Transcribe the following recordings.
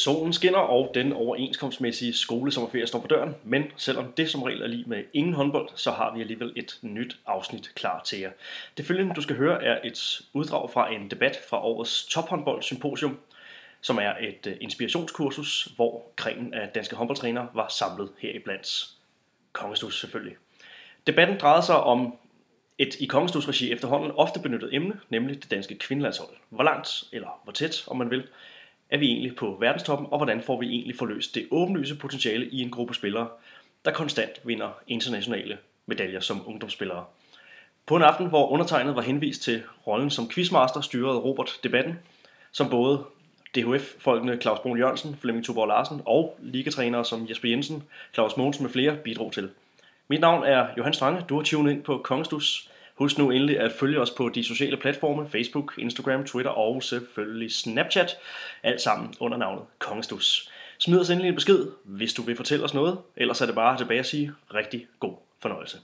Solen skinner, og den overenskomstmæssige skolesommerferie står for døren, men selvom det som regel er lige med ingen håndbold, så har vi alligevel et nyt afsnit klar til jer. Det følgende, du skal høre, er et uddrag fra en debat fra årets tophåndboldsymposium, som er et inspirationskursus, hvor kremen af danske håndboldtrænere var samlet heriblandt Kongestus selvfølgelig. Debatten drejede sig om et i Kongestus-regi efterhånden ofte benyttet emne, nemlig det danske kvindelandshold. Hvor langt, eller hvor tæt, om man vil, er vi egentlig på verdenstoppen, og hvordan får vi egentlig forløst det åbenlyse potentiale i en gruppe spillere, der konstant vinder internationale medaljer som ungdomsspillere. På en aften, hvor undertegnet var henvist til rollen som quizmaster, styrede Robert debatten, som både DHF-folkene Claus Brun Jørgensen, Flemming Tuborg Larsen og ligatrænere som Jesper Jensen, Claus Mogensen med flere bidrog til. Mit navn er Johan Strange, du har tunet ind på Kongestus. Husk nu endelig at følge os på de sociale platforme, Facebook, Instagram, Twitter og selvfølgelig Snapchat. Alt sammen under navnet Kongestus. Smid os endelig en besked, hvis du vil fortælle os noget. Ellers er det bare tilbage at sige rigtig god fornøjelse.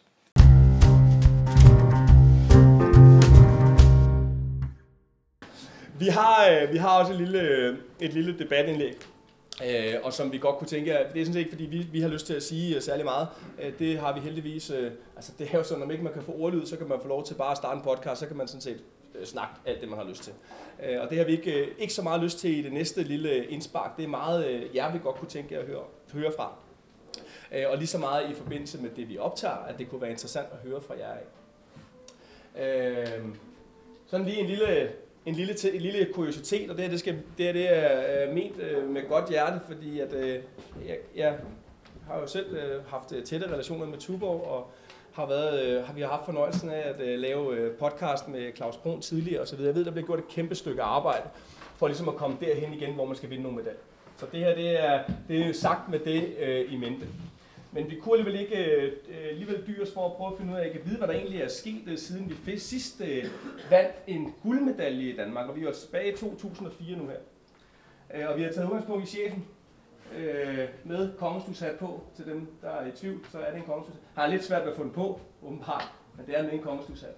Vi har også et lille debatindlæg. Og som vi godt kunne tænke, det er sådan set ikke fordi vi har lyst til at sige særlig meget. Det har vi heldigvis, altså det er jo sådan, om ikke man kan få ordlyd, så kan man få lov til bare at starte en podcast, så kan man sådan set snakke alt det man har lyst til. Og det har vi ikke så meget lyst til i det næste lille indspark. Det er meget jer vi godt kunne tænke at høre fra. Og lige så meget i forbindelse med det vi optager, at det kunne være interessant at høre fra jer af. Sådan lige en lille kuriositet, og det er ment med godt hjerte, fordi at jeg har jo selv haft tætte relationer med Tuborg, og vi har haft fornøjelsen af at lave podcast med Claus Brun tidligere osv. Jeg ved, der bliver gjort et kæmpe stykke arbejde for ligesom at komme derhen igen, hvor man skal vinde nogle medaljer. Så det her det er sagt med det i mente. Men vi kunne alligevel dyres for at prøve at finde ud af, at vide, hvad der egentlig er sket, siden vi sidst vandt en guldmedalje i Danmark. Og vi er tilbage i 2004 nu her. Og vi har taget udgangspunkt i chefen med kongestushat på. Til dem, der er i tvivl, så er det en kongestushat. Har lidt svært ved at få den på, åbenbart, men det er med en kongestushat.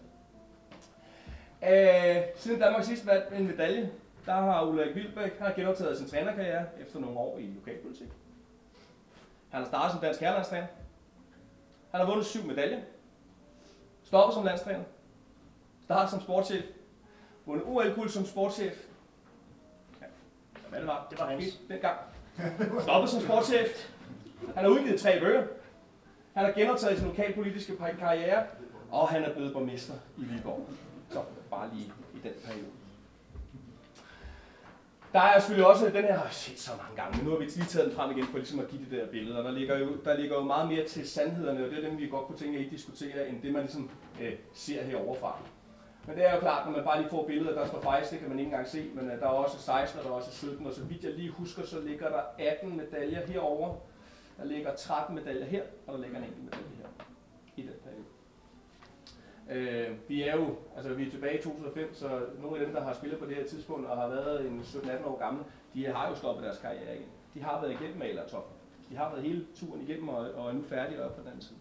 Siden Danmark sidst vandt en medalje, der har Ulrik Wilbæk genoptaget sin trænerkarriere efter nogle år i lokalpolitik. Han har startet som dansk herrelandstræner. Han har vundet 7 medaljer. Stoppet som landstræner. Startet som sportschef. Vundet OL-guld som sportschef. Ja, hvad det var? Det var hans. Dengang. Stoppet som sportschef. Han har udgivet 3 bøger. Han har genoptaget sin lokalpolitiske karriere. Og han er blevet borgmester i Viborg. Så bare lige i den periode. Der er selvfølgelig også den her, jeg har set så mange gange, men nu har vi lige taget den frem igen for ligesom at give det der billede, og der ligger jo meget mere til sandhederne, og det er dem, vi godt kunne tænke, at I diskuterer, end det man ligesom ser heroverfra. Men det er jo klart, når man bare lige får billeder, der står faktisk, det kan man ikke engang se, men der er også 16, og der er også 17, og så vidt jeg lige husker, så ligger der 18 medaljer herover. Der ligger 13 medaljer her, og der ligger en enkelt medalje her i den periode. Vi er tilbage i 2005, så nogle af dem, der har spillet på det her tidspunkt og har været en 17-18 år gamle, de har jo stoppet deres karriere igen. De har været igennem malertoppen. De har været hele turen igennem og er nu færdige op på den anden side.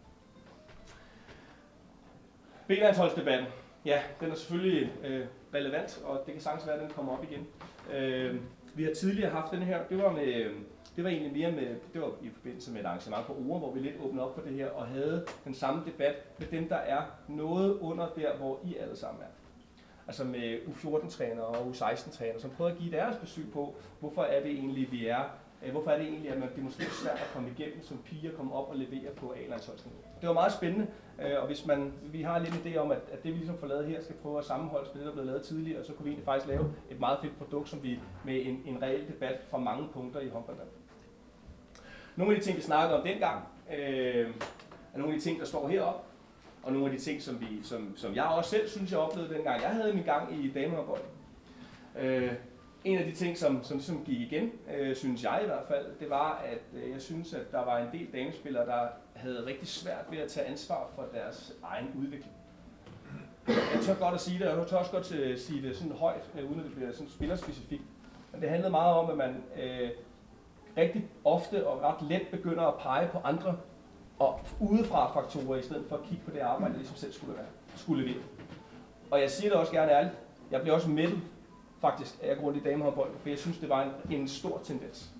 B-landsholdsdebatten. Ja, den er selvfølgelig relevant, og det kan sagtens være, at den kommer op igen. Vi har tidligere haft den her, det var i forbindelse med et arrangement på ORE, hvor vi lidt åbnede op for det her og havde den samme debat med dem, der er noget under der, hvor I alle sammen er. Altså med U14-trænere og U16-trænere, som prøver at give deres besøg på, hvorfor er det egentlig, at det måske er svært at komme igennem som piger, komme op og levere på A-landsholdsniveau. Det var meget spændende, og vi har lidt en idé om, at det vi ligesom får lavet her, skal prøve at sammenholde med det, der blev lavet tidligere, og så kunne vi egentlig faktisk lave et meget fedt produkt, som vi med en reel debat fra mange punkter i håndbolden. Nogle af de ting, vi snakkede om dengang, er nogle af de ting, der står heroppe, og nogle af de ting, som jeg også selv synes, jeg oplevede dengang. Jeg havde min gang i damehåndbold. En af de ting, som ligesom gik igen, synes jeg i hvert fald, det var, at jeg synes, at der var en del damespillere, der havde rigtig svært ved at tage ansvar for deres egen udvikling. Jeg tør godt at sige det, og jeg tør også godt sige det sådan højt, uden at det bliver sådan spillerspecifikt. Men det handlede meget om, at man rigtig ofte og ret let begynder at pege på andre og udefra faktorer, i stedet for at kigge på det arbejde, der ligesom selv skulle levere. Og jeg siger det også gerne ærligt, jeg bliver også mættet faktisk, at jeg går rundt i damehåndbold, for jeg synes, det var en stor tendens.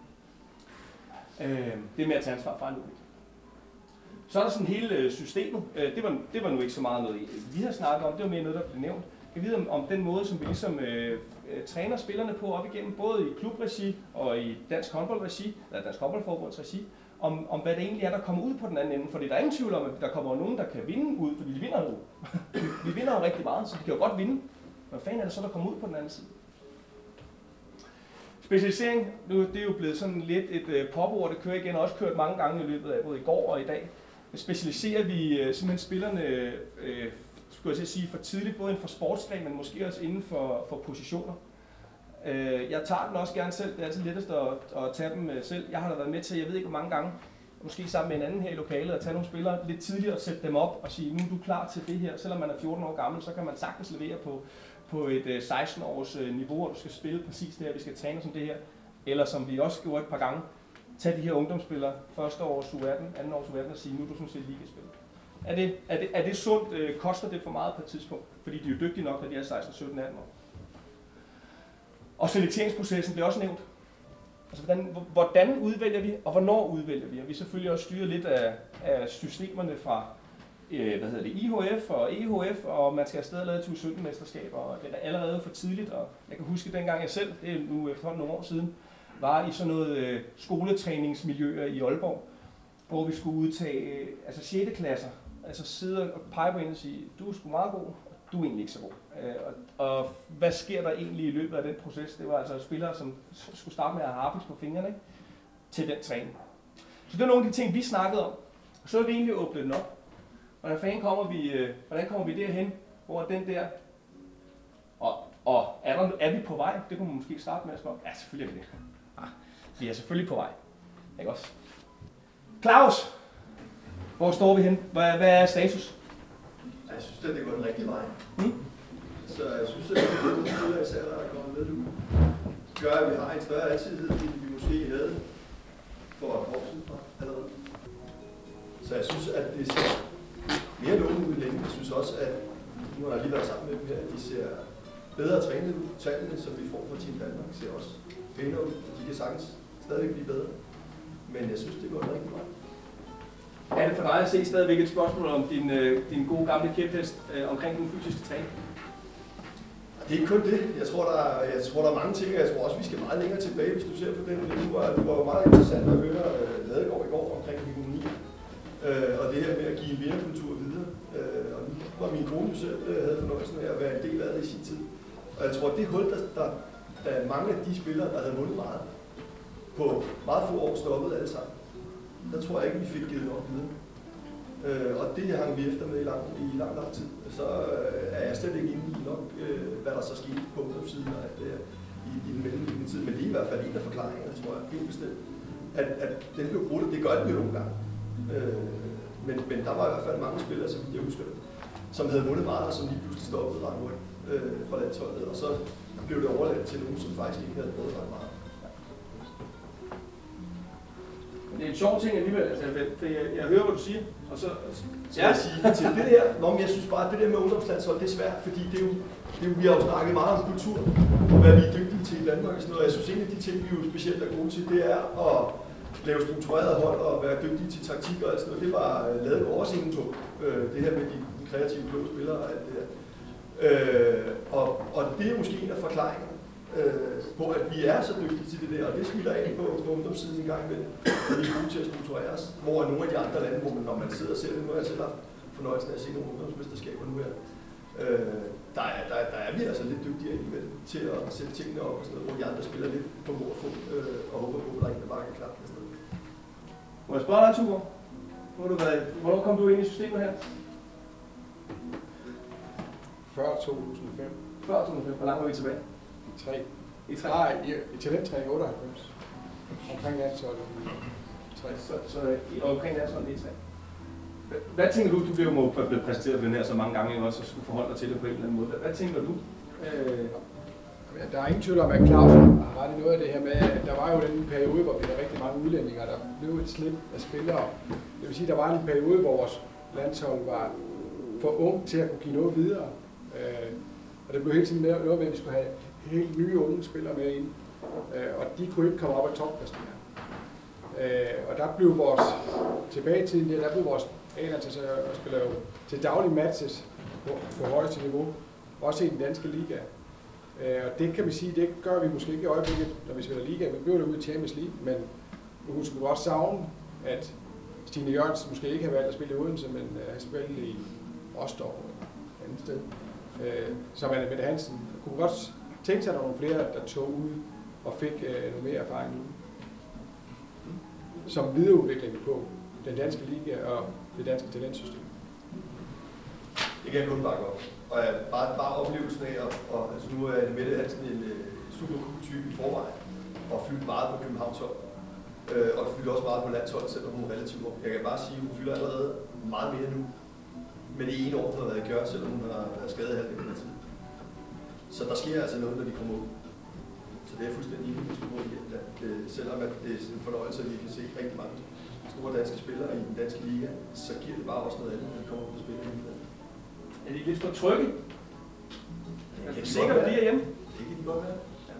Det med at tage ansvar for en udvikling. Så er der sådan hele systemet. Det var nu ikke så meget noget, vi har snakket om. Det var mere noget, der blev nævnt. Jeg ved om den måde, som vi ligesom træner spillerne på op igennem, både i klubregi og i dansk håndboldregi, eller dansk håndboldforbunds regi, om hvad det egentlig er, der kommer ud på den anden ende. Fordi der er ingen tvivl om, at der kommer nogen, der kan vinde ud, fordi de vinder jo. Vi vinder jo rigtig meget, så de kan jo godt vinde. Hvad fanden er det så, der kommer ud på den anden side? Specialisering, nu det er jo blevet sådan lidt et popord, det kører igen, og også kørt mange gange i løbet af både i går og i dag. Specialiserer vi simpelthen spillerne, skulle jeg sige, for tidligt, både inden for sportsgren, men måske også inden for positioner. Jeg tager den også gerne selv, det er altid lettest at tage dem selv. Jeg har da været med til, jeg ved ikke hvor mange gange, måske sammen med en anden her i lokalet, at tage nogle spillere lidt tidligere og sætte dem op og sige, nu er du klar til det her. Selvom man er 14 år gammel, så kan man sagtens levere på et 16-års niveau, og du skal spille præcis det her, vi skal træne som det her. Eller som vi også gjorde et par gange, tage de her ungdomsspillere, første års U18, anden års U18 og sige, nu er du sådan set ligaspiller. Er det sundt? Koster det for meget på et tidspunkt? Fordi de er jo dygtige nok, når de er 16, 17, 18 år. Og selekteringsprocessen bliver også nævnt. Altså, hvordan udvælger vi, og hvornår udvælger vi? Og vi selvfølgelig også styrer lidt af systemerne fra IHF og EHF, og man skal afsted lave 2017-mesterskaber, og det er allerede for tidligt. Og jeg kan huske dengang jeg selv, det er nu efterhånden nogle år siden, var i sådan noget skoletræningsmiljøer i Aalborg, hvor vi skulle udtage 6. klasser, altså sidde og pege på en og sige, du er sgu meget god, du er egentlig ikke så god. Og hvad sker der egentlig i løbet af den proces? Det var altså spillere, som skulle starte med at have harpiks på fingrene, ikke? Til den træning. Så det er nogle af de ting, vi snakkede om. Og så er vi egentlig åbnet den op. Hvordan kommer vi derhen, hvor den der... Og er vi på vej? Det kunne man måske starte med at spørge. Ja, selvfølgelig er vi det. Vi er selvfølgelig på vej. Ikke også? Claus! Hvor står vi hen? Hvad er status? Jeg synes, at det går den rigtige vej. Så jeg synes, at det er især, der er kommet med nu, gør, at vi har en større altidhed, end vi måske havde for et år siden allerede. Så jeg synes, at det ser mere lovende ud længe. Jeg synes også, at nu har jeg lige været sammen med dem her, at de ser bedre trænet ud. Tallene, som vi får fra Team Danmark, ser også pænere ud. De kan sagtens stadigvæk blive bedre. Men jeg synes, det går den rigtige vej. Er det for dig at se stadigvæk et spørgsmål om din gode gamle kæphest omkring den fysiske træning? Det er ikke kun det. Jeg tror, der er mange ting, og jeg tror også, vi skal meget længere tilbage, hvis du ser på den. Det var jo meget interessant at høre Ladegaard i går omkring hygieni. Og det her med at give en vinderkultur videre. Og nu var min kone selv havde fornøjelsen af at være en del af det i sin tid. Og jeg tror, det hul, der er mange af de spillere, der havde vundet meget, på meget få år stoppede alle sammen. Der tror jeg ikke, vi fik givet nok videre. Og det hang vi efter med i lang tid. Så er jeg slet ikke inde i nok, hvad der så skete på ungdomssiden i den mellemliggende tid. Men det er i hvert fald en af forklaringerne, tror jeg, helt bestemt. At den blev brudt, det gør den jo nogle gange. Men der var i hvert fald mange spillere, som jeg husker, som havde vundet meget, og som lige pludselig stoppede ret hurtigt fra landsholdet. Og så blev det overladt til nogen, som faktisk ikke havde vundet ret meget. Det er en sjov ting alligevel, altså, jeg hører, hvad du siger, og så... Så jeg siger til det der, jeg synes bare, at det der med ungdomslandshold, det er svært, fordi vi har jo snakket meget om kultur, og hvad vi er dygtige til i Danmark og sådan noget. Jeg synes, en af de ting, vi jo specielt er gode til, det er at lave struktureret hold og være dygtige til taktik og sådan noget. Det var lavet også inde på, det her med de kreative blå spillere og alt det der. Og det er måske en af forklaringerne på, at vi er så dygtige til det der, og det smitter af på ungdomssiden en gang imellem, at vi er gode til at strukturere os. Hvor nogle af de andre lande, hvor man, når man sidder og ser det, nu har jeg selv haft fornøjelsen af at se nogle ungdomsmesterskaber nu her, der er vi altså lidt dygtigere indimellem til at sætte tingene op og sådan noget, hvor de andre spiller lidt på morfod og håber på, at der er en, der bare kan klare det. Må jeg spørge dig, Tuber? Hvornår kom du ind i systemet her? Før 2005. Før 2005? Hvor langt var vi tilbage? I 3. Nej, i talenttræning 98. Omkring landsholdet. Så omkring landsholdet i 3. Hvad tænker du? Du blev jo blevet præsenteret for den her så mange gange, også og skulle forholde dig til det på en eller anden måde. Hvad tænker du? Der er ingen tvivl om, at Claus har ret i noget af det her med, at der var jo den periode, hvor vi havde rigtig mange udlændinge, der blev et slip af spillere. Det vil sige, at der var en periode, hvor vores landshold var for ung til at kunne give noget videre. Og det blev hele tiden noget med, at vi skulle have helt nye unge spillere med ind, og de kunne ikke komme op af topklassen. Og der blev vores, tilbage i tiden, der blev vores A-landsholdsspillere jo til daglig matches på højeste niveau, også i den danske liga. Og det kan vi sige, det gør vi måske ikke i øjeblikket, når vi spiller liga. Vi bliver det ude i Champions League, men nu skulle du også savne, at Stine Jørgensen måske ikke har valgt at spille i Odense, men har spillet i Rostock eller et andet sted. Som Anne Mette Hansen kunne godt tænke sig, at der var nogle flere, der tog ud og fik noget mere erfaring nu. Som videreudvikling på den danske liga og det danske talentsystem. Det kan jeg kun bakke op. Og bare oplevelsen af, altså nu er Mette Hansen en super cool type i forvejen, og fyldt meget på Københavns hold. Og fyldt også meget på landsholdet, selvom hun er relativt ung. Jeg kan bare sige, at hun fylder allerede meget mere nu. Men det ene år, hun har været gjort, selvom hun har været skadet halvdelen af tiden. Så der sker altså noget, når de kommer ud. Så det er fuldstændig enig med at selvom at det er en fornøjelse, at vi kan se rigtig mange store danske spillere i den danske liga, så giver det bare også noget andet, når de kommer ud og spiller i ligaen. Er de lidt for trygge? Er du sikker på, at de er hjemme? Det kan de godt være. Ja.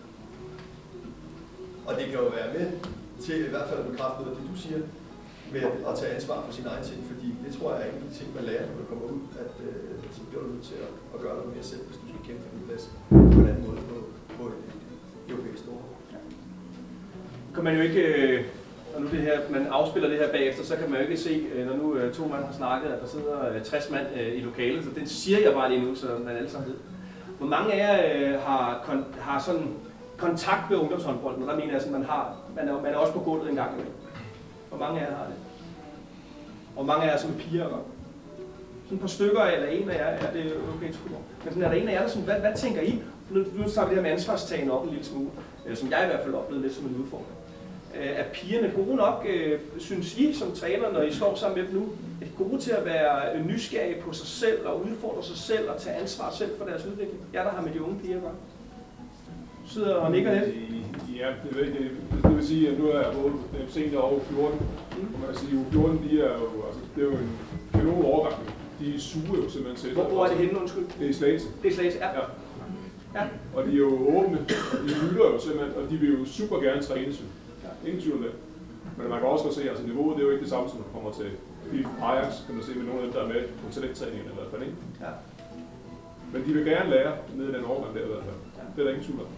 Og det kan jo være med til i hvert fald at bekræfte noget af det, du siger, med at tage ansvar for sin egen ting, fordi det tror jeg er en af de ting, man lærer, når du kommer ud, at så bliver du nødt til at gøre noget mere selv, hvis du skal kæmpe for din plads på en anden måde på et europæisk store. Ja. Kan man jo ikke, når nu det her, man afspiller det her bagefter, så kan man jo ikke se, når nu 2 mand har snakket, at der sidder 60 mand i lokalet, så den siger jeg bare lige nu, så man alle sammen ved. Hvor mange af jer har sådan kontakt med ungdomshåndbolden, og der mener jeg sådan, man er også på gulvet en gang imellem. Hvor mange af jer har det? Og hvor mange af jer er som piger og sådan et par stykker, eller en af jer, er det okay, men sådan, er der en af jer, der sådan, hvad tænker I? Nu tager vi det her med ansvarstagen op en lille smule, som jeg i hvert fald oplevede lidt som en udfordring. Er pigerne gode nok, synes I som træner, når I står sammen med dem nu, er de gode til at være nysgerrige på sig selv og udfordre sig selv og tage ansvar selv for deres udvikling? Jeg der har med de unge piger gør. Sidder og nikker lidt. Ja, det vil sige, at nu er jeg både senior over 14, og man kan sige, at 14 de er jo, altså, det er jo en kanon overgang. De suger jo simpelthen til. Hvor er det henne, undskyld? Det er Slagelse. Det er Slagelse, ja. Ja. Og de er jo åbne, og de lytter jo simpelthen, og de vil jo super gerne trænes. Ingen tvivl om det. Men man kan også godt se, at altså, niveauet det er jo ikke det samme, som man kommer til Ajax, kan man se med nogle af dem, der er med på talenttræningen i hvert fald, ikke? Ja. Men de vil gerne lære ned i den overgang der i hvert fald. Ja. Det er der ingen tvivl om.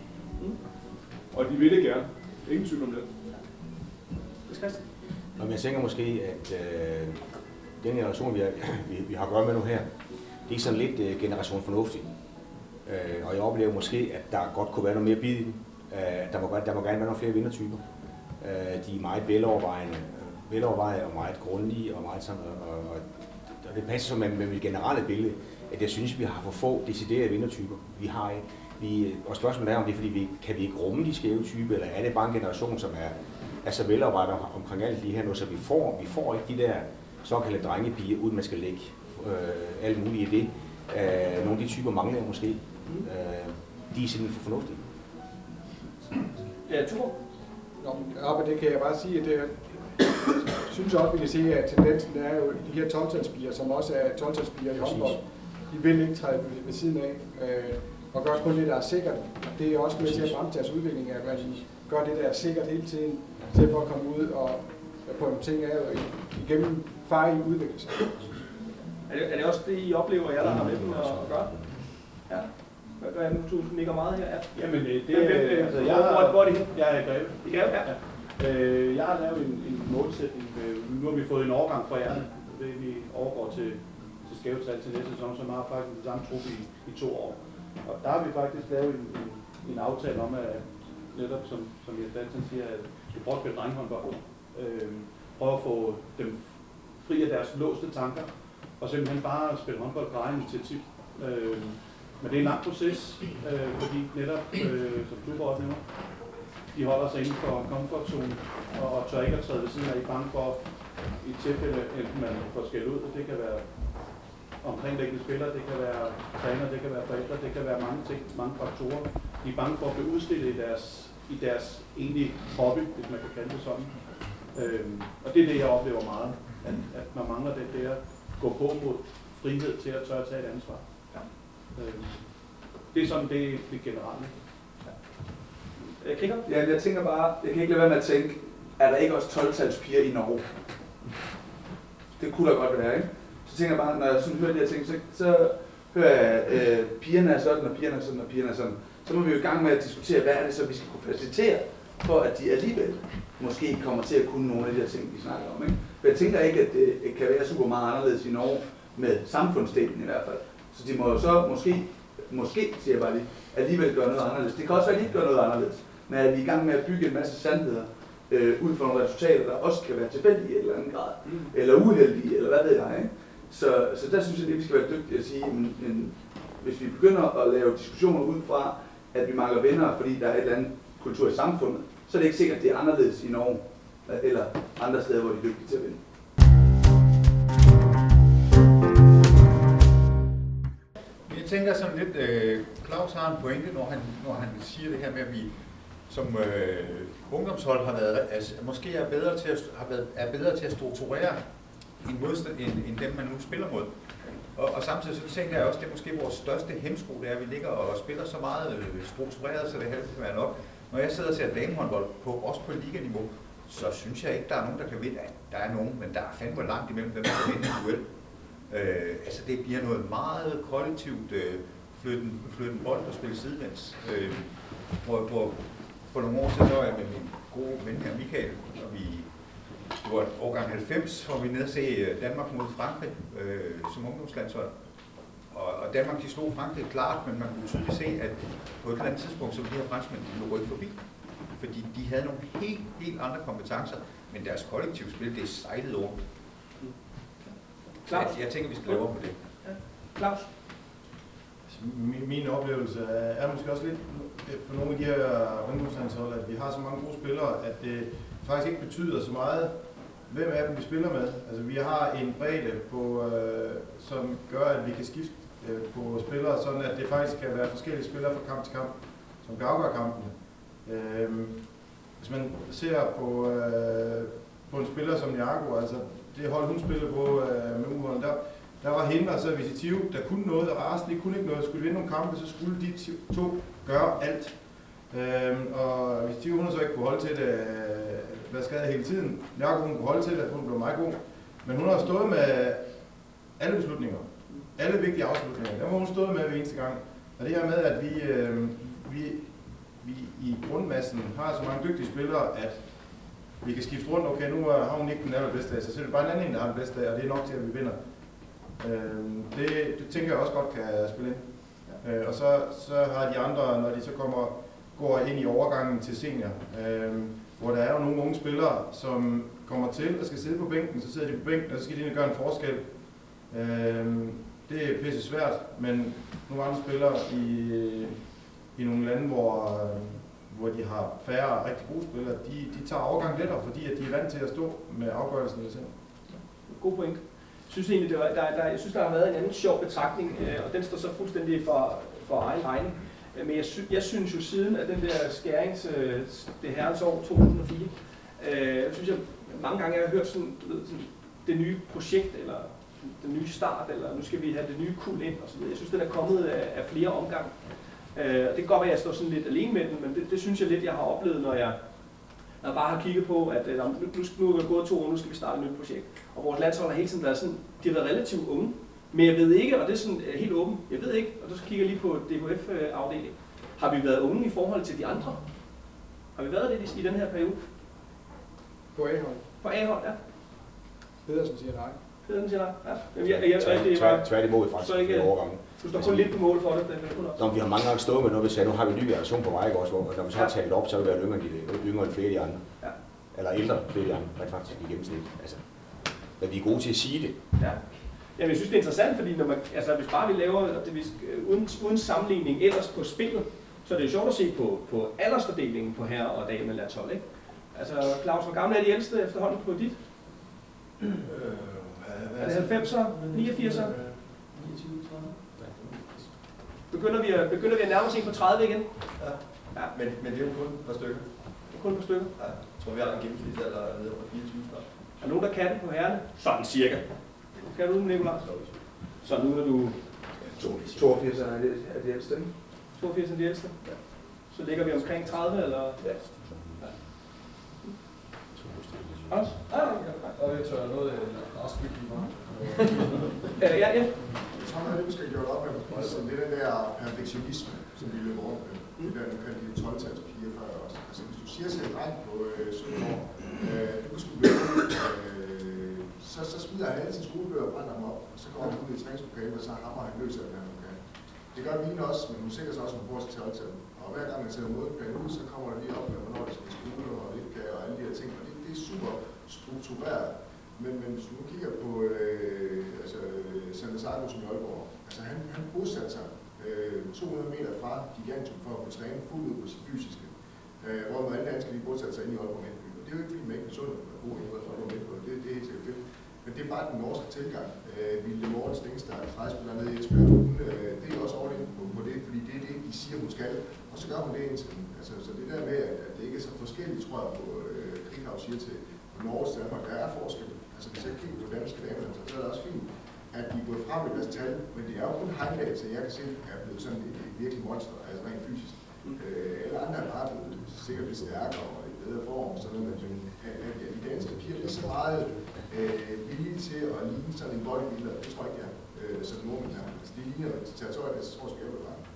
Og de vil det gerne. Ingen tvivl om det. Og jeg tænker måske, at den generation, vi har at gøre med nu her, det er sådan lidt generation fornuftig. Og jeg oplever måske, at der godt kunne være noget mere bid i den. Der må gerne være nogle flere vindertyper. De er meget velovervejede og meget grundige og meget sådan, og det passer så med mit generelle billede, at jeg synes, vi har for få deciderede vindertyper. Og spørgsmålet er, om det er, fordi kan vi ikke rumme de skæve typer, eller er det bare en generation, som er så velovervejet omkring alt lige her nu, så vi får ikke de der såkaldte drengepiger, uden man skal lægge alt muligt i det. Nogle af de typer mangler måske. De er simpelthen for fornuftige. Ja, Thor. Og det kan jeg bare sige, at det synes også, vi kan se, at tendensen er jo de her 12-talspiger, som også er 12-talspiger i håndbold. De vil ikke træde ved siden af, og gør også kun det, der er sikkert. Det er også med til at bremse deres udvikling, at man gør det, der er sikkert hele tiden, til for at komme ud og på en ting af og igennem fejl udvikle sig. Er det også det, I oplever, jeg der har med dem at gøre? Ja. Hvad er det, du nikker meget her? Ja. Jamen, altså, hvor er det hen? Jeg er i Greve. I Greve, ja. Jeg har lavet en målsætning. Nu har vi fået en overgang fra jer. Vi overgår til skævetal til næste sæson, som har faktisk den samme truppe i 2 år. Og der har vi faktisk lavet en aftale om, at netop som Jes Dansen siger, at vi prøver at spille drengehåndbold. Prøve at få dem fri af deres låste tanker, og simpelthen bare spille håndbold på egen initiativ. Men det er en lang proces, fordi netop, som du også nævner, de holder sig inden for komfortzone og tør ikke at træde ved siden af, ikke bange for i tilfælde, enten man får skældt ud, og det kan være omkringliggende spillere, det kan være træner, det kan være forældre, det kan være mange ting, mange faktorer. De er bange for at blive udstillet i deres egentlige hobby, hvis man kan kalde det sådan. Og det er det, jeg oplever meget, at man mangler det der gå på mod frihed til at tørre at tage et ansvar. Ja. Det er sådan det generelle. Krikker? Ja, jeg tænker bare, jeg kan ikke lade være med at tænke, er der ikke også 12-talspiger i Norge? Det kunne der godt være, ikke? Så tænker jeg bare, når jeg sådan hører de her ting, så hører jeg, pigerne er sådan, og pigerne er sådan, og pigerne er sådan. Så må vi jo i gang med at diskutere, hvad er det så, vi skal kunne facilitere, for at de alligevel måske kommer til at kunne nogle af de her ting, vi snakker om, ikke? For jeg tænker ikke, at det kan være super meget anderledes i Norge, med samfundsdelen i hvert fald. Så de må jo så måske, siger jeg bare lige, alligevel gøre noget anderledes. Det kan også være, at de ikke gør noget anderledes, men at vi er i gang med at bygge en masse sandheder ud fra nogle resultater, der også kan være tilfældige i et eller andet grad, eller uheldige, eller hvad ved jeg, ikke? Så der synes jeg, at vi skal være dygtige at sige, men hvis vi begynder at lave diskussioner ud fra, at vi mangler venner, fordi der er et eller andet kultur i samfundet, så er det ikke sikkert, at det er anderledes i Norge, eller andre steder, hvor de er dygtige til at vinde. Jeg tænker sådan lidt, Claus har en pointe, når han siger det her med, at vi som ungdomshold har været, altså, måske er bedre til at strukturere en modstand, end dem, man nu spiller mod. Og samtidig så tænker jeg også, at det er måske vores største hemsko, det er, at vi ligger og spiller så meget struktureret, så det helst kan være nok. Når jeg sidder og ser damehåndbold også på liganiveau, så synes jeg ikke, der er nogen, der kan vinde. Der er nogen, men der er fandme langt imellem dem, der kan vinde en duel. Altså det bliver noget meget kollektivt flytte en bold og spille sidelæns. Hvor for nogle år siden var jeg med min gode ven her, Michael, og det var årgang 90, hvor vi nede at se Danmark mod Frankrig som ungdomslandshold. Og Danmark de slog Frankrig klart, men man kunne tydeligt se, at på et eller andet tidspunkt, så var de her franskmænd, de lå ikke forbi. Fordi de havde nogle helt andre kompetencer, men deres kollektive spil, det er sejlet over. Jeg tænker, vi skal lave på det. Ja. Claus? Min oplevelse er måske også lidt på nogle af de her ungdomslandshold, at vi har så mange gode spillere, at det faktisk ikke betyder så meget, hvem af dem vi spiller med. Altså vi har en bredde, som gør, at vi kan skifte på spillere, sådan at det faktisk kan være forskellige spillere fra kamp til kamp, som kan afgøre kampene. Hvis man ser på en spiller som Niago, altså det hold hun spillede på med U-holdet, der var hende og så Visitiv, der kunne noget, og resten de kunne ikke noget. Skulle de vinde nogle kampe, så skulle de to gøre alt. Og Visitiv hun har så ikke kunne holde til det, været skadet hele tiden. Niago hun kunne holde til det, hun blev meget god. Men hun har stået med alle beslutninger, alle vigtige afslutninger. Der har hun stået med hver eneste gang. Og det her med, at vi i grundmassen har så mange dygtige spillere, at vi kan skifte rundt. Okay, nu har hun ikke den allerbedste dag, så er det bare en anden, der har den bedste dag, og det er nok til, at vi vinder. Det tænker jeg også godt kan spille ind. Og så har de andre, når de så går ind i overgangen til senior, hvor der er jo nogle unge spillere, som kommer til og skal sidde på bænken, så sidder de på bænken, og så skal de ind og gøre en forskel. Det er pisse svært, men nogle andre spillere i nogle lande, hvor de har færre rigtig gode spillere, de tager overgang lettere, fordi at de er vant til at stå med afgørelsen i selv. God point. Jeg synes egentlig, jeg synes, der har været en anden sjov betragtning, og den står så fuldstændig for egen regning. Men jeg synes jo siden af den der det herrens år 2004, synes jeg mange gange, jeg har hørt sådan det nye projekt, eller den nye start, eller nu skal vi have det nye kuld ind, og så videre. Jeg synes, den er kommet af flere omgange. Det kan godt være, at jeg står sådan lidt alene med den, men det synes jeg lidt, jeg har oplevet, når jeg bare har kigget på, at nu er det gået 2 år, nu skal vi starte et nyt projekt. Og vores landshold har hele tiden været sådan, de har været relativt unge, men jeg ved ikke, og det er sådan helt åbent, jeg ved ikke, og så kigger jeg lige på DHF-afdelingen. Har vi været unge i forhold til de andre? Har vi været det i den her periode? På A-hold? På A-hold, ja. Pedersen siger nej. Pedersen siger nej, ja. Tværtimod faktisk flere overgange. Du står kun lidt på mål for det. Når vi har mange gange stået med noget, vi sagde, nu har vi en ny generation på vej også, hvor når vi så har talt op, så vil vi være yngre end flere af de andre. Ja. Eller ældre flere af de andre, rent faktisk i gennemsnit. Altså, men vi er gode til at sige det. Ja. Jamen, jeg synes, det er interessant, fordi når man, hvis bare vi laver det, uden sammenligning ellers på spillet, så er det jo sjovt at se på aldersfordelingen på herre- og damelandshold, ikke? Altså, Claus, hvor gamle er de ældste efterhånden på dit? Er det 90'er? 89'er? Begynder vi at nærme os ind på 30 igen? Ja. Men det er jo kun et par stykker. Det er kun et par stykker? Ja. Jeg tror, vi har en gennemsnitsalder nede under 24 snart. Er der nogen, der kan det på herrene? Sådan cirka. Kan du, Nicolaj? Så nu er du... 82 er det ældste, ikke? 82 er de ældste? Ja. Så ligger vi omkring 30, eller? Ja. Også? Og jeg tør noget afspilning. Ja. Jeg tror, at vi skal gøre op med, det er den der perfektionisme, som vi løber rundt med. Det der, nu kan de 12-talspiger før også. Altså, hvis du siger til en dreng på 17 år, du kan sgu blive så smider han alle sine skolebøger og brænder dem op, og så går han ud i træningslokalet, og så hammer han løs af den her lokale. Det gør mine også, men hun sikkert så også, at hun bruger sig til holdtal. Og hver gang man sætter målplan ud, så kommer der lige op med, hvornår det skal i skole og lidt og alle de her ting. Og det er super struktureret. Men hvis du nu kigger på Sander Sargussen i Aalborg, altså han bosatte sig 200 meter fra Gigantum for at kunne træne fuldt ud på sit fysiske. Hvor alle danskere lige bosatte sig inde i Aalborg Midtby. Og det er jo ikke fordi, man ikke er sundt at bo i Aalborg Midtby. Det er helt sikkert fedt. Men det er bare den norske tilgang. Vilde Morten Stengstad, træspiller nede i Esbjerg, det er også ordentligt på det, fordi det er det, de siger, hun skal. Og så gør hun det indtil. Altså, så det der med, at det ikke er så forskelligt, tror jeg, på Krighav siger til Norges Danmark, der er forskel. Altså hvis jeg kigger på danske damer, så er det også fint, at de er gået frem i deres tal, men det er jo kun highlights, så jeg kan se, at jeg er blevet sådan et virkelig monster, altså rent fysisk. Alle andre er bare blevet sikkert lidt stærkere og i bedre form, sådan noget, men de danske piger er så meget villige til at ligne sådan en bodybuilder, det tror jeg ikke, jeg er, som nordmænd er. Altså de ligner et territorium, der tror jeg skal bare.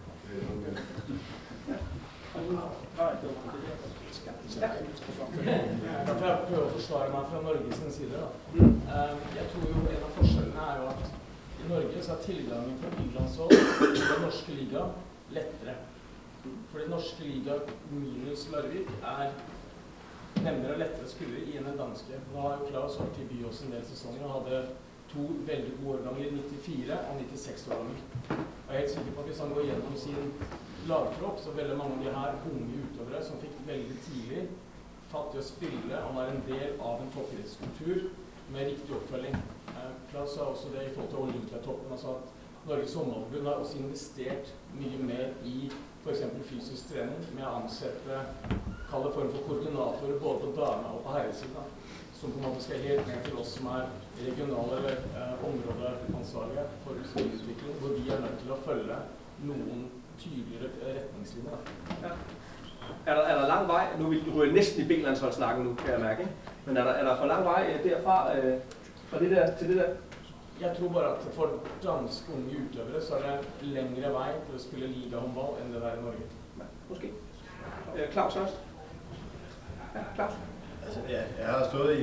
Da får jeg prøve å forsvare meg fra Norges side. Jeg tror jo en av forskjellene er jo at i Norge så er tilgangen for utenlandshold i den norske liga lettere. Fordi norske liga minus Larvik er nemmere og lettere spillere i enn den danske. Nå har jo Klaus vært i by også en del sesonger og hadde 2 veldig gode årganger, 94 og 96 årganger. Og jeg er helt sikker på at hvis han går gjennom sin lagtropp, så veldig mange av de her unge utøvere som fikk veldig tidlig fatt i å spille og var en del av en toppidrettskultur med riktig oppfølging. Klaus sa også det i forhold til Olympiatoppen, altså at Norges håndballforbund har også investert mye mer i for eksempel fysisk trening med å ansette kalle form for koordinatorer både på dame- og på herresiden, som på en måte skal helt ned til oss som er regionale eller områdeansvarlige for spillutvikling, hvor vi er nødt til å følge noen tydeligere retningslinjer. Ja. Er der lang vej? Nu vil du ryge næsten i B-landsholdssnakken nu, kan jeg mærke. Men er der for lang vej derfra fra det der til det der? Jeg tror bare at for danske unge utøvere så er det længere vej til at spille ligahåndball end det der i Norge. Ja, måske. Klaus også? Ja, Klaus? Altså, jeg har stået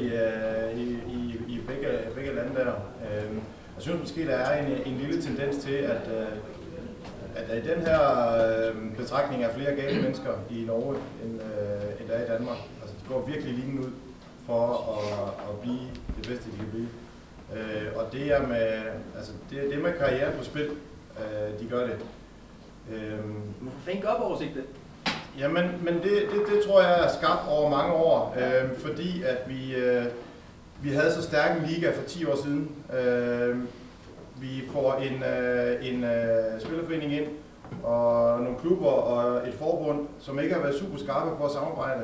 i begge lande der. Jeg synes måske, der er en lille tendens til, at der i den her betragtning er flere gale mennesker i Norge, end der er i Danmark. Altså, det går virkelig lignende ud for at blive det bedste, de kan blive. Og det er med, altså, det med karriere på spil, de gør det. Hvorfor fanden gør oversigtet? Jamen, men det tror jeg er skabt over mange år, fordi at vi havde så stærk en liga for 10 år siden. Vi får en spillerforening ind, og nogle klubber og et forbund, som ikke har været super skarpe på at samarbejde.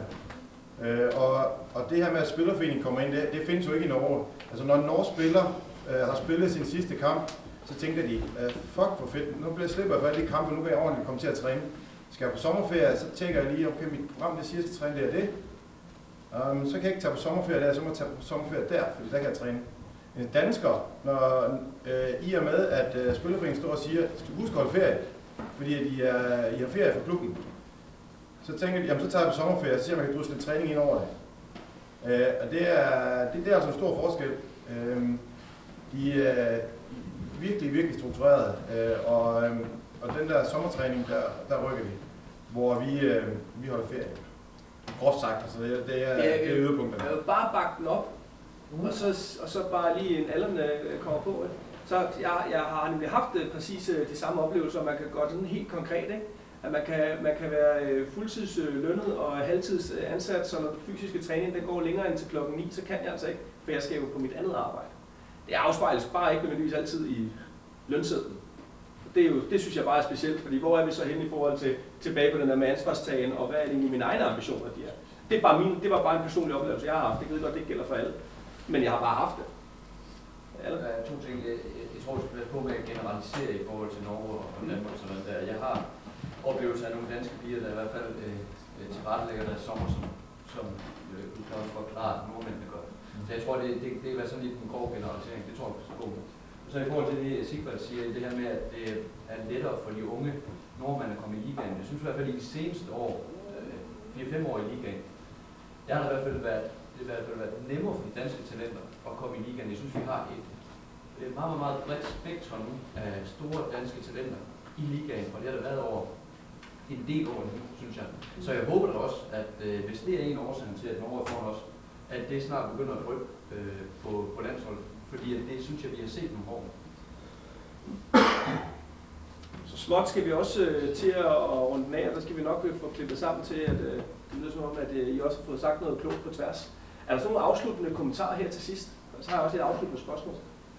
Og det her med, at spillerforeningen kommer ind, det findes jo ikke i Norge. Altså når en norsk spiller har spillet sin sidste kamp, så tænker de, fuck for fedt, nu bliver jeg slipper for alle de kampe, nu vil jeg ordentligt komme til at træne. Skal jeg på sommerferie, så tænker jeg lige, okay, mit program det siger, at jeg skal træne det er det. Så kan jeg ikke tage på sommerferie der, så må jeg tage på sommerferie der, fordi der kan jeg træne. En dansker, når i og med, at spillerforeningen står og siger, at du huske at holde ferie, fordi I har ferie for klubben, så tænker de, jamen så tager jeg på sommerferie, så siger man, at man kan drysle lidt træning ind over det. Og det er altså en stor forskel. De er virkelig struktureret, og den der sommertræning, der rykker vi, hvor vi holder ferie. Groft sagt, altså det er yderpunkterne. Jeg vil bare bakke den op, og så bare lige en Allan kommer på. Så jeg har nemlig haft præcis de samme oplevelser, og man kan gøre sådan helt konkret, ikke? At man kan være fuldtidslønnet og halvtids ansat, så når den fysiske træning den går længere end til klokken 9, så kan jeg altså ikke, for jeg skal jo på mit andet arbejde. Det afspejles bare ikke nødvendigvis altid i lønsedlen. Det synes jeg bare er specielt, fordi hvor er vi så henne i forhold til tilbage på den der med ansvarstagen, og hvad er det egentlig mine egne ambitioner, de er? Det var bare en personlig oplevelse, jeg har haft. Det ved godt, det ikke gælder for alle, men jeg har bare haft det. Der er 2 ting. Jeg tror, vi skal passe på med at generalisere i forhold til Norge og Danmark og sådan der. Jeg har oplevelse af nogle danske piger, der i hvert fald tilrettelægger deres sommer, som kunne få klart nordmændene godt. Så jeg tror, det er sådan lidt en grov generalisering. Det tror jeg på. Så i forhold til det, Sigvald siger, det her med, at det er lettere for de unge nordmænd at komme i ligaen. Jeg synes i hvert fald i de seneste år, 4-5 år i ligaen, der har det i hvert fald været nemmere for de danske talenter at komme i ligaen. Jeg synes, vi har et meget, meget bredt spektrum af store danske talenter i ligaen, og det har der været over en del år nu, synes jeg. Så jeg håber da også, at hvis det er en årsag til, at Norge er foran os, at det snart begynder at rykke på landsholdet. Fordi det synes jeg, vi har set nogle år. Så småt skal vi også til at runde den af, og der skal vi nok få klippet sammen til, at det lyder som om, at I også har fået sagt noget klogt på tværs. Er der sådan nogle afsluttende kommentarer her til sidst? Så har jeg også et afsluttende spørgsmål.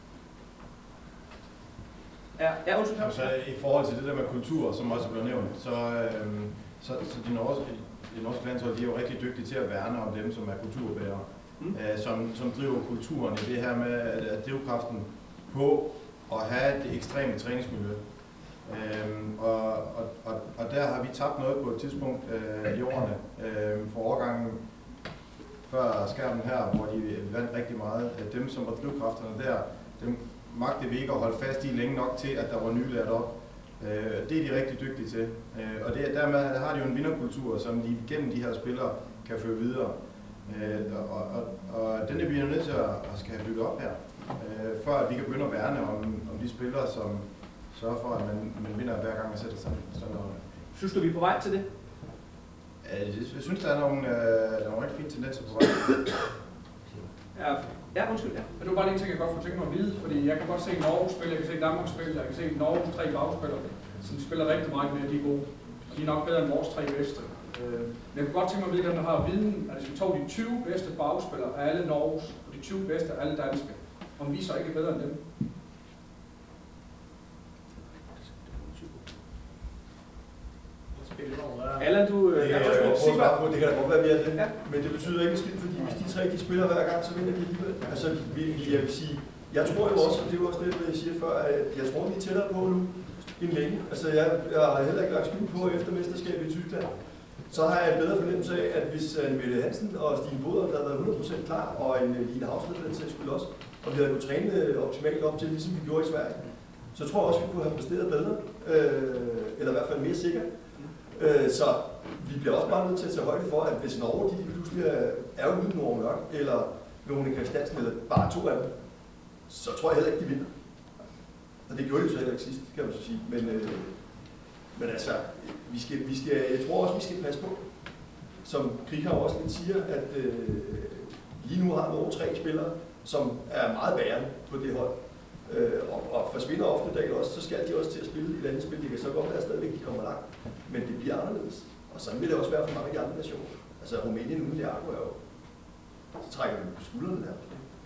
Ja, undskyld. Altså, i forhold til det der med kultur, som også blev nævnt, så de norske landshold, de er jo rigtig dygtige til at værne om dem, som er kulturbærere. Som driver kulturen i det her med at drivkraften på at have det ekstreme træningsmiljø. Og der har vi tabt noget på et tidspunkt i årene for årgangen før skærmen her, hvor de vandt rigtig meget. Dem, som var drivkræfterne der, dem magtede vi ikke at holde fast i længe nok til, at der var nylært op. Det er de rigtig dygtige til. Og dermed har de jo en vinderkultur, som de gennem de her spillere kan føre videre. Og den er vi nødt til at skal have bygget op her, før at vi kan begynde at værne om de spillere, som sørger for, at man vinder hver gang man sætter sig. Synes du, vi er på vej til det? Jeg synes, der er nogle rigtig fine tendenser på vej. Ja, undskyld. Ja. Men det var bare en ting, jeg godt får tænkt mig at vide, fordi jeg kan godt se Norge spille, jeg kan se Danmark spille, jeg kan se Norges 3 bagspillere, som spiller rigtig meget med, de er gode. Og de er nok bedre end vores 3 bedste. Men jeg kunne godt tænke mig at vide, at der har viden, at hvis vi tog de 20 bedste bagspillere af alle Norges, og de 20 bedste af alle danske, om vi så ikke er bedre end dem. Allan, du... Det kan da godt være mere det, men det betyder ikke skidt, fordi hvis de 3 de spiller hver gang, så vinder de alligevel. Altså, jeg vil sige, jeg tror jo også, og det var også det, jeg siger før, at jeg tror, vi er tættere på nu end længe. Altså, jeg har heller ikke lagt skjul på efter mesterskabet i Tyskland. Så har jeg en bedre fornemmelse af, at hvis Mette Hansen og Stine Boder, der havde været 100% klar, og en Line Havsted, den sags skyld også, og vi havde kunnet træne optimalt op til, ligesom vi gjorde i Sverige, så tror jeg også, at vi kunne have præsteret bedre, eller i hvert fald mere sikkert. Så vi bliver også bare nødt til at tage højde for, at hvis Norge de pludselig er uden Norge Mørk, eller Lone Christiansen, eller bare 2 af dem, så tror jeg heller ikke, de vinder. Og det gjorde de jo så heller ikke sidst, kan man så sige. Men altså, jeg tror også, vi skal passe på, som Krikau også lidt siger, at lige nu har Norge 3 spillere, som er meget bærende på det hold. Og forsvinder Oftedal også, så skal de også til at spille i et andet spil. Det kan så godt være stadigvæk, de kommer langt, men det bliver anderledes. Og sådan vil det også være for mange af de andre nationer. Altså Rumænien uden Iago er jo, så trækker vi på skuldrene der.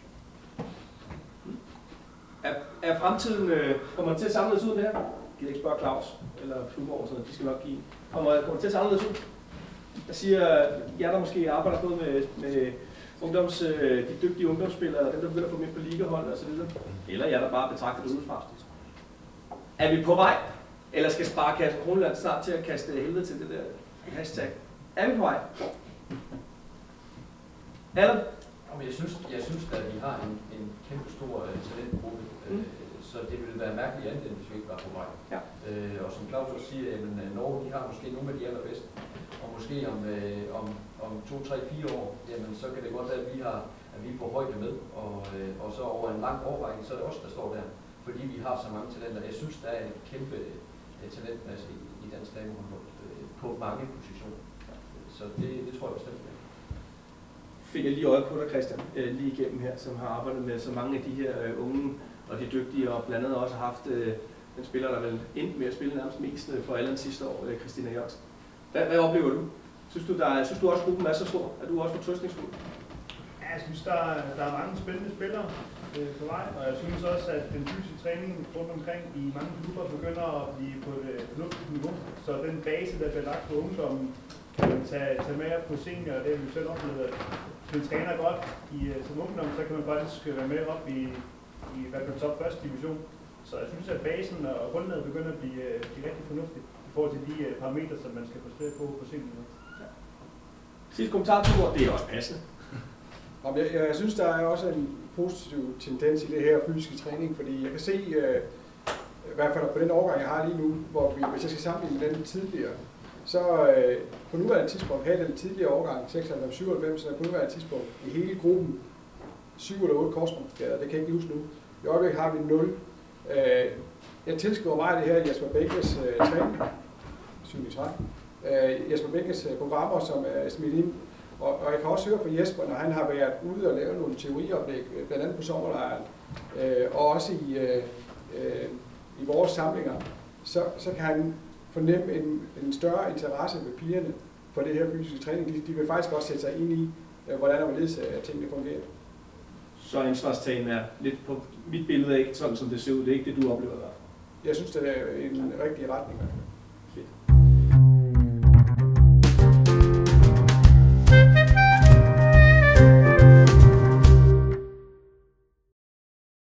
Er fremtiden, kommer til at samles ud det her? Jeg kan ikke spørge Claus eller Flugård, så de skal nok give. Kommer til at samles ud? Jeg siger, jer der måske arbejder både med de dygtige ungdomsspillere, dem der begynder at få med på ligahold og så videre, eller jer der bare betragter det udefra. Er vi på vej? Eller skal Sparekassen Kroneland snart til at kaste helvede til det der hashtag? Er vi på vej? Allan? Jeg synes at vi har en kæmpe stor talentgruppe, så det ville være mærkeligt andet, end hvis vi ikke var på vej. Ja. Og som Claus også siger, at Norge de har måske nogle af de allerbedste, og måske om 2, 3, 4 år, jamen, så kan det godt være, at vi er på højde med, og så over en lang årrække, så er det os, der står der, fordi vi har så mange talenter. Jeg synes, der er en kæmpe talentmasse i dansk damehåndbold på mange positioner. Så det tror jeg bestemt. Fik jeg lige øje på dig, Christian, lige igennem her, som har arbejdet med så mange af de her unge og de dygtige, og blandt andet også haft den spiller, der vel endte med at spille nærmest mest for Allan sidste år, Christina Jørgensen. Hvad oplever du? Synes du også, gruppen er så stor? Er du også fortrøstningsfuld? Ja, jeg synes, der er mange spændende spillere på vej, og jeg synes også, at den fysiske træning rundt omkring i mange klubber begynder at blive på et fornuftigt niveau. Så den base, der bliver lagt på ungdommen, kan man tage med på senior, og det har vi selv oplevet, at hvis man træner godt som ungdom, så kan man faktisk være med op i hvert fald top 1. division. Så jeg synes, at basen og grundlaget begynder at blive rigtig fornuftigt i forhold til de parametre, som man skal præstere på seniorniveau. Ja. Sidste kommentar til det er også passende. Jeg synes, der er også en positiv tendens i det her fysiske træning, fordi jeg kan se, i hvert fald på den overgang, jeg har lige nu, hvor hvis jeg skal sammenligne med den tidligere, så på nuværende tidspunkt havde den tidligere overgang, 96-97, så på nuværende tidspunkt i hele gruppen 7 eller 8 korsbåndsskader, det kan jeg ikke huske nu. I øjeblikket har vi 0. Jeg tilskriver meget det her Jesper Bækkes træning, 7-13, Jesper Bækkes programmer, som er smidt ind. Og jeg kan også høre fra Jesper, når han har været ude og lave nogle teorioplæg, blandt andet på sommerlejren, og også i vores samlinger, så kan han fornemme en større interesse ved pigerne for det her fysiske træning. De vil faktisk også sætte sig ind i, hvordan og hvorledes tingene fungerer. Så ansvarstagen er lidt på mit billede ikke sådan, som det ser ud. Det er ikke det, du oplever i hvert fald. Jeg synes, det er en rigtig retning i hvert fald.